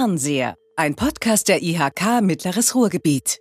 Fernseher, ein Podcast der IHK Mittleres Ruhrgebiet.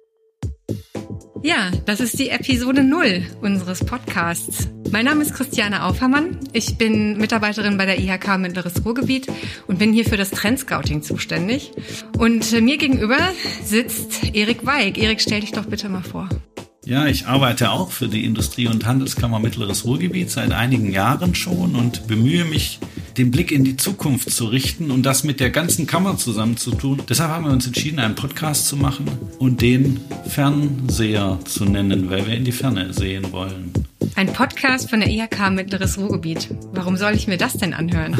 Ja, das ist die Episode 0 unseres Podcasts. Mein Name ist Christiane Aufermann. Ich bin Mitarbeiterin bei der IHK Mittleres Ruhrgebiet und bin hier für das Trendscouting zuständig. Und mir gegenüber sitzt Erik Weig. Erik, stell dich doch bitte mal vor. Ja, ich arbeite auch für die Industrie- und Handelskammer Mittleres Ruhrgebiet seit einigen Jahren schon und bemühe mich, den Blick in die Zukunft zu richten und das mit der ganzen Kammer zusammen zu tun. Deshalb haben wir uns entschieden, einen Podcast zu machen und den Fernseher zu nennen, weil wir in die Ferne sehen wollen. Ein Podcast von der IHK Mittleres Ruhrgebiet. Warum soll ich mir das denn anhören?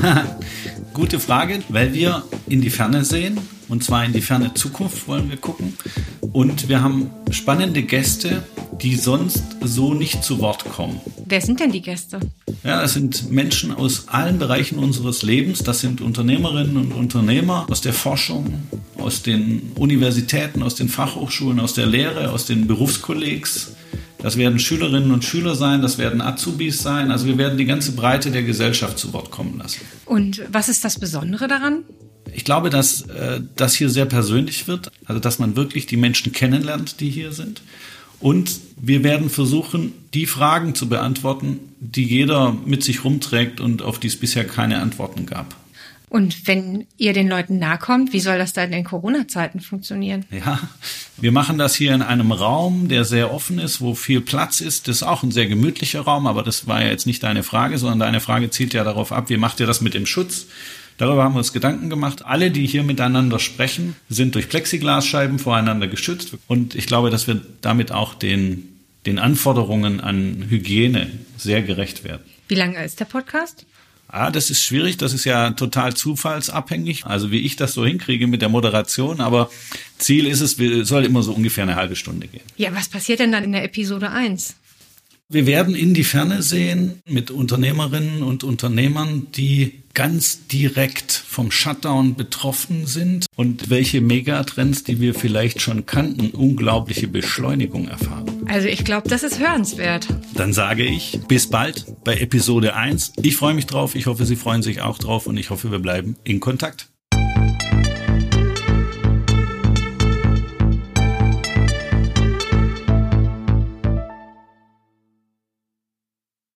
Gute Frage, weil wir in die Ferne sehen, und zwar in die ferne Zukunft wollen wir gucken. Und wir haben spannende Gäste, die sonst so nicht zu Wort kommen. Wer sind denn die Gäste? Ja, das sind Menschen aus allen Bereichen unseres Lebens. Das sind Unternehmerinnen und Unternehmer aus der Forschung, aus den Universitäten, aus den Fachhochschulen, aus der Lehre, aus den Berufskollegs. Das werden Schülerinnen und Schüler sein, das werden Azubis sein. Also wir werden die ganze Breite der Gesellschaft zu Wort kommen lassen. Und was ist das Besondere daran? Ich glaube, dass das hier sehr persönlich wird, also dass man wirklich die Menschen kennenlernt, die hier sind. Und wir werden versuchen, die Fragen zu beantworten, die jeder mit sich rumträgt und auf die es bisher keine Antworten gab. Und wenn ihr den Leuten nahe kommt, wie soll das dann in Corona-Zeiten funktionieren? Ja, wir machen das hier in einem Raum, der sehr offen ist, wo viel Platz ist. Das ist auch ein sehr gemütlicher Raum, aber das war ja jetzt nicht deine Frage, sondern deine Frage zielt ja darauf ab, wie macht ihr das mit dem Schutz? Darüber haben wir uns Gedanken gemacht. Alle, die hier miteinander sprechen, sind durch Plexiglasscheiben voreinander geschützt. Und ich glaube, dass wir damit auch den Anforderungen an Hygiene sehr gerecht werden. Wie lange ist der Podcast? Das ist schwierig. Das ist ja total zufallsabhängig. Also wie ich das so hinkriege mit der Moderation. Aber Ziel ist es, soll immer so ungefähr eine halbe Stunde gehen. Ja, was passiert denn dann in der Episode 1? Wir werden in die Ferne sehen mit Unternehmerinnen und Unternehmern, die ganz direkt vom Shutdown betroffen sind und welche Megatrends, die wir vielleicht schon kannten, unglaubliche Beschleunigung erfahren. Also ich glaube, das ist hörenswert. Dann sage ich, bis bald bei Episode 1. Ich freue mich drauf, ich hoffe, Sie freuen sich auch drauf und ich hoffe, wir bleiben in Kontakt.